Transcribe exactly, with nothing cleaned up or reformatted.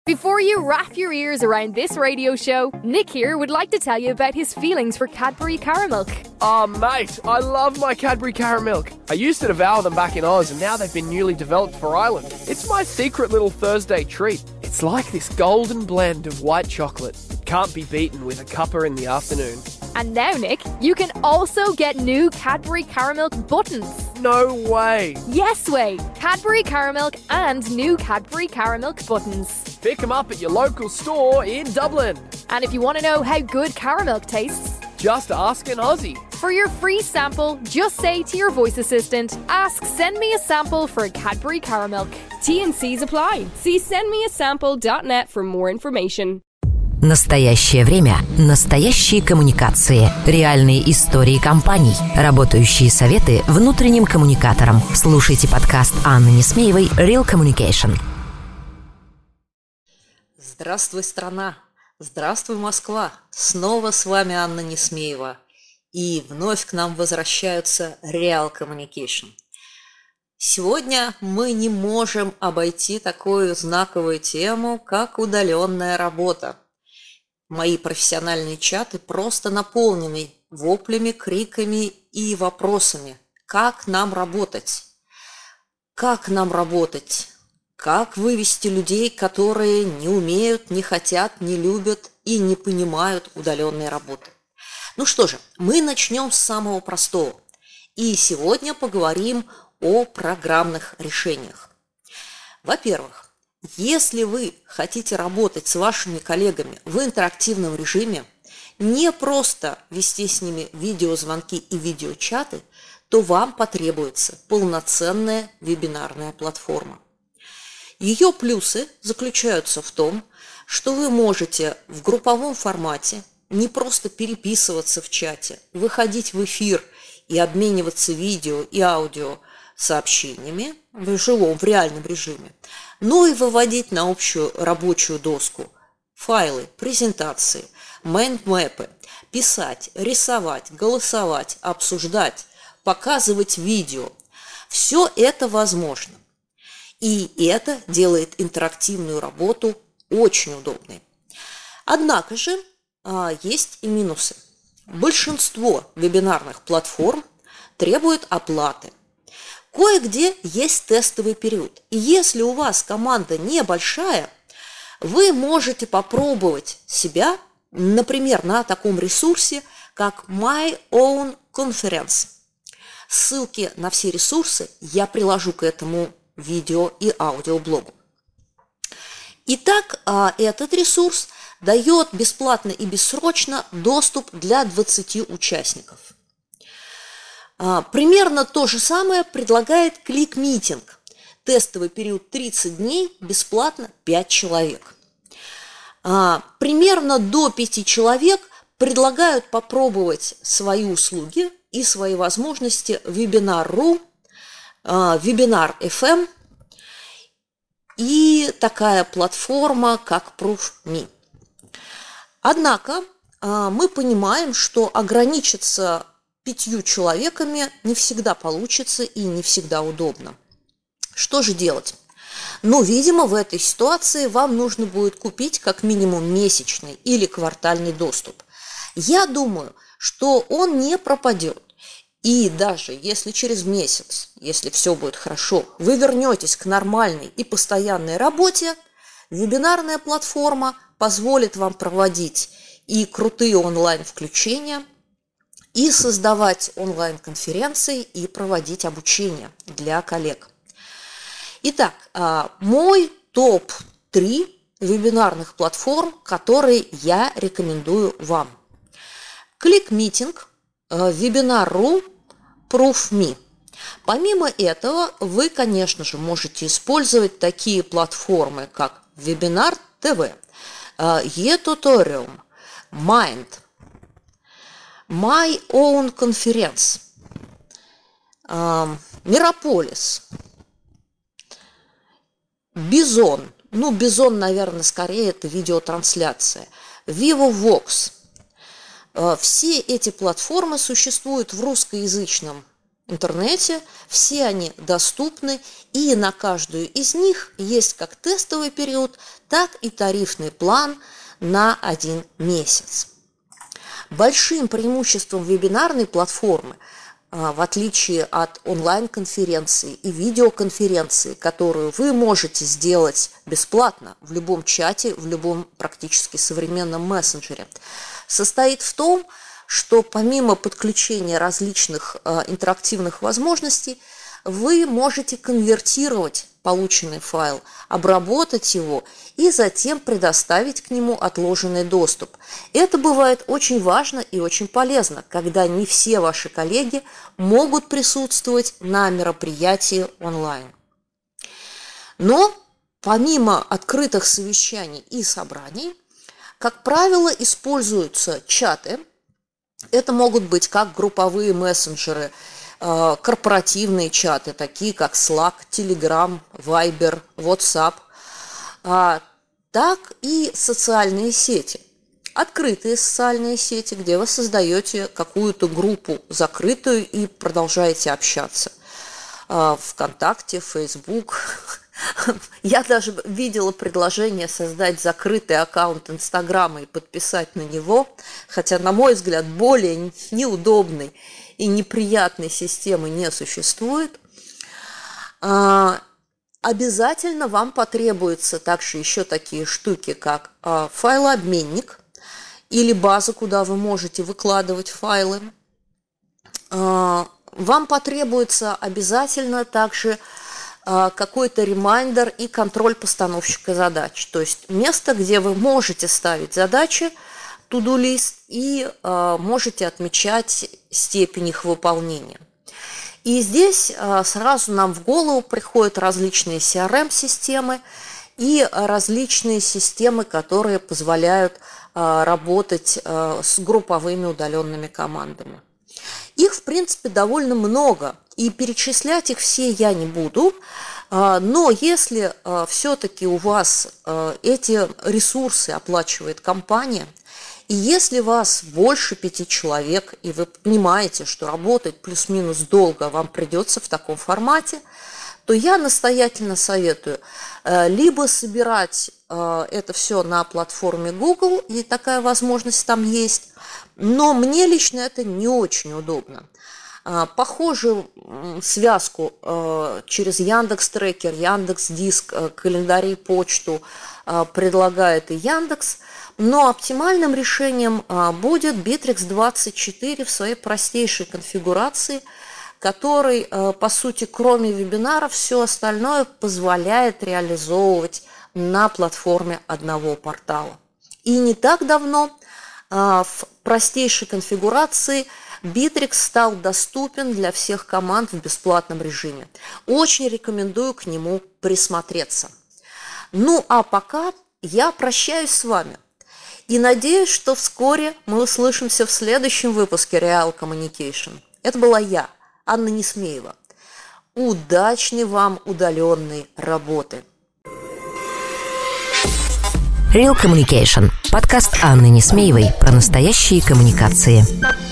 Before you wrap your ears around this radio show, Nick here would like to tell you about his feelings for Cadbury Caramilk. Oh, mate, I love my Cadbury Caramilk. I used to devour them back in Oz, and now they've been newly developed for Ireland. It's my secret little Thursday treat. It's like this golden blend of white chocolate. It can't be beaten with a cuppa in the afternoon. And now, Nick, you can also get new Cadbury Caramilk buttons. No way. Yes way. Cadbury Caramilk and new Cadbury Caramilk buttons. Pick them up at your local store in Dublin. And if you want to know how good Caramilk tastes, just ask an Aussie. For your free sample, just say to your voice assistant, ask send me a sample for Cadbury Caramilk. T and C's apply. See send me a sample dot net for more information. Настоящее время. Настоящие коммуникации. Реальные истории компаний. Работающие советы внутренним коммуникаторам. Слушайте подкаст Анны Несмеевой «Real Communication». Здравствуй, страна! Здравствуй, Москва! Снова с вами Анна Несмеева. И вновь к нам возвращаются Real Communication. Сегодня мы не можем обойти такую знаковую тему, как удаленная работа. Мои профессиональные чаты просто наполнены воплями, криками и вопросами. Как нам работать? Как нам работать? Как вывести людей, которые не умеют, не хотят, не любят и не понимают удаленной работы? Ну что же, мы начнем с самого простого. И сегодня поговорим о программных решениях. Во-первых, если вы хотите работать с вашими коллегами в интерактивном режиме, не просто вести с ними видеозвонки и видеочаты, то вам потребуется полноценная вебинарная платформа. Ее плюсы заключаются в том, что вы можете в групповом формате не просто переписываться в чате, выходить в эфир и обмениваться видео и аудио сообщениями в живом, в реальном режиме, но и выводить на общую рабочую доску файлы, презентации, майндмэпы, писать, рисовать, голосовать, обсуждать, показывать видео. Все это возможно. И это делает интерактивную работу очень удобной. Однако же есть и минусы. Большинство вебинарных платформ требует оплаты. Кое-где есть тестовый период. И если у вас команда небольшая, вы можете попробовать себя, например, на таком ресурсе, как My Own Conference. Ссылки на все ресурсы я приложу к этому видео и аудиоблогу. Итак, этот ресурс дает бесплатно и бессрочно доступ для двадцати участников. Примерно то же самое предлагает ClickMeeting. Тестовый период тридцать дней, бесплатно пять человек. Примерно до пяти человек предлагают попробовать свои услуги и свои возможности в Webinar точка ру, Webinar точка эф эм и такая платформа, как ProofMe. Однако мы понимаем, что ограничиться пятью человеками не всегда получится и не всегда удобно. Что же делать? Ну, видимо, в этой ситуации вам нужно будет купить как минимум месячный или квартальный доступ. Я думаю, что он не пропадет. И даже если через месяц, если все будет хорошо, вы вернетесь к нормальной и постоянной работе, вебинарная платформа позволит вам проводить и крутые онлайн-включения, и создавать онлайн-конференции, и проводить обучение для коллег. Итак, мой топ три вебинарных платформ, которые я рекомендую вам. ClickMeeting, Webinar точка ру, ProofMe. Помимо этого, вы, конечно же, можете использовать такие платформы, как Webinar точка ти ви, eTutorium, Mind, My Own Conference, Mirapolis, Bison. Ну, Bison, наверное, скорее это видеотрансляция. VivoVox. Все эти платформы существуют в русскоязычном интернете, все они доступны, и на каждую из них есть как тестовый период, так и тарифный план на один месяц. Большим преимуществом вебинарной платформы, в отличие от онлайн-конференции и видеоконференции, которую вы можете сделать бесплатно в любом чате, в любом практически современном мессенджере, состоит в том, что помимо подключения различных э, интерактивных возможностей, вы можете конвертировать полученный файл, обработать его и затем предоставить к нему отложенный доступ. Это бывает очень важно и очень полезно, когда не все ваши коллеги могут присутствовать на мероприятии онлайн. Но помимо открытых совещаний и собраний, как правило, используются чаты. Это могут быть как групповые мессенджеры, корпоративные чаты, такие как Slack, Telegram, Viber, WhatsApp, так и социальные сети. Открытые социальные сети, где вы создаете какую-то группу закрытую и продолжаете общаться. ВКонтакте, Facebook. Я даже видела предложение создать закрытый аккаунт Инстаграма и подписать на него, хотя, на мой взгляд, более неудобной и неприятной системы не существует. Обязательно вам потребуются также еще такие штуки, как файлообменник или база, куда вы можете выкладывать файлы. Вам потребуется обязательно также какой-то ремайдер и контроль постановщика задач. То есть место, где вы можете ставить задачи, to-do list, и э, можете отмечать степень их выполнения. И здесь э, сразу нам в голову приходят различные си ар эм-системы и различные системы, которые позволяют э, работать э, с групповыми удаленными командами. Их, в принципе, довольно много, и перечислять их все я не буду, но если все-таки у вас эти ресурсы оплачивает компания, и если вас больше пяти человек, и вы понимаете, что работать плюс-минус долго вам придется в таком формате, то я настоятельно советую либо собирать это все на платформе Google, и такая возможность там есть, но мне лично это не очень удобно. Похожую связку через Яндекс.Трекер, Яндекс.Диск, календари, почту предлагает и Яндекс, но оптимальным решением будет Битрикс двадцать четыре в своей простейшей конфигурации, который, по сути, кроме вебинаров, все остальное позволяет реализовывать на платформе одного портала. И не так давно в простейшей конфигурации Битрикс стал доступен для всех команд в бесплатном режиме. Очень рекомендую к нему присмотреться. Ну а пока я прощаюсь с вами. И надеюсь, что вскоре мы услышимся в следующем выпуске Real Communication. Это была я, Анна Несмеева. Удачной вам удаленной работы! Real Communication. Подкаст Анны Несмеевой про настоящие коммуникации.